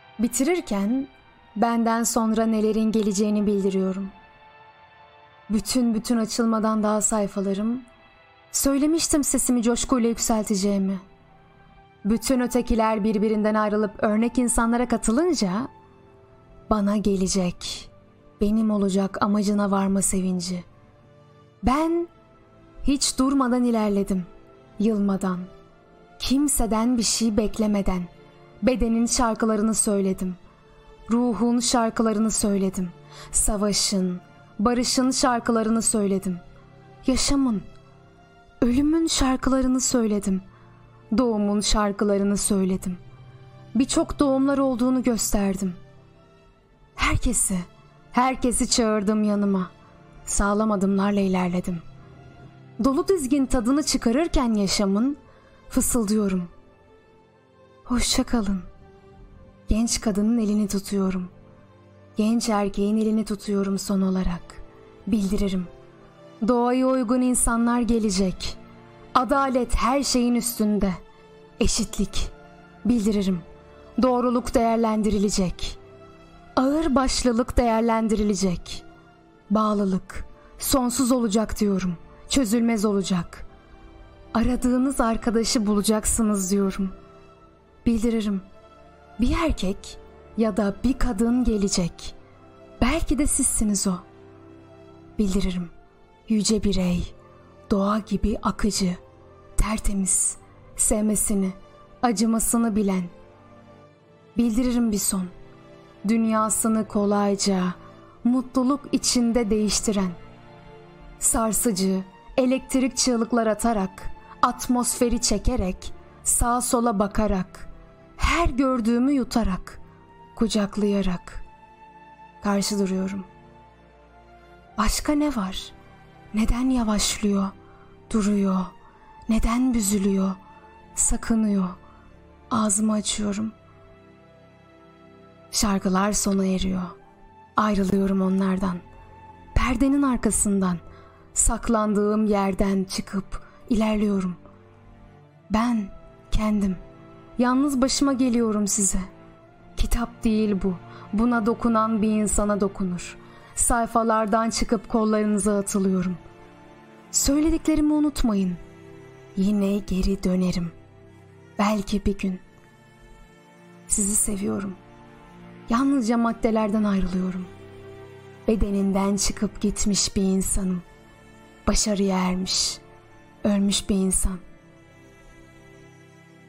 Bitirirken benden sonra nelerin geleceğini bildiriyorum. Bütün açılmadan daha sayfalarım. Söylemiştim sesimi coşkuyla yükselteceğimi. Bütün ötekiler birbirinden ayrılıp örnek insanlara katılınca bana gelecek, benim olacak amacına varma sevinci. Ben hiç durmadan ilerledim, yılmadan. Kimseden bir şey beklemeden. Bedenin şarkılarını söyledim. Ruhun şarkılarını söyledim. Savaşın, barışın şarkılarını söyledim. Yaşamın, ölümün şarkılarını söyledim. Doğumun şarkılarını söyledim. Birçok doğumlar olduğunu gösterdim. Herkesi çağırdım yanıma. Sağlam adımlarla ilerledim. Dolu dizgin tadını çıkarırken yaşamın, fısıldıyorum. Hoşça kalın. Genç kadının elini tutuyorum. Genç erkeğin elini tutuyorum son olarak. Bildiririm. Doğaya uygun insanlar gelecek. Adalet her şeyin üstünde. Eşitlik. Bildiririm. Doğruluk değerlendirilecek. Ağırbaşlılık değerlendirilecek. Bağlılık sonsuz olacak diyorum. Çözülmez olacak. Aradığınız arkadaşı bulacaksınız diyorum. Bildiririm. Bir erkek ya da bir kadın gelecek. Belki de sizsiniz o. Bildiririm. Yüce birey, doğa gibi akıcı, tertemiz, sevmesini, acımasını bilen. Bildiririm bir son. Dünyasını kolayca, mutluluk içinde değiştiren. Sarsıcı, elektrik çığlıklar atarak, atmosferi çekerek, sağa sola bakarak, her gördüğümü yutarak, kucaklayarak karşı duruyorum. Başka ne var? Neden yavaşlıyor, duruyor? Neden büzülüyor, sakınıyor? Ağzımı açıyorum. Şarkılar sona eriyor. Ayrılıyorum onlardan. Perdenin arkasından, saklandığım yerden çıkıp ilerliyorum. Ben kendim, yalnız başıma geliyorum size. Kitap değil bu. Buna dokunan bir insana dokunur. Sayfalardan çıkıp kollarınıza atılıyorum. Söylediklerimi unutmayın. Yine geri dönerim. Belki bir gün. Sizi seviyorum. Yalnızca maddelerden ayrılıyorum. Bedeninden çıkıp gitmiş bir insanım. Başarıya ermiş, ölmüş bir insan.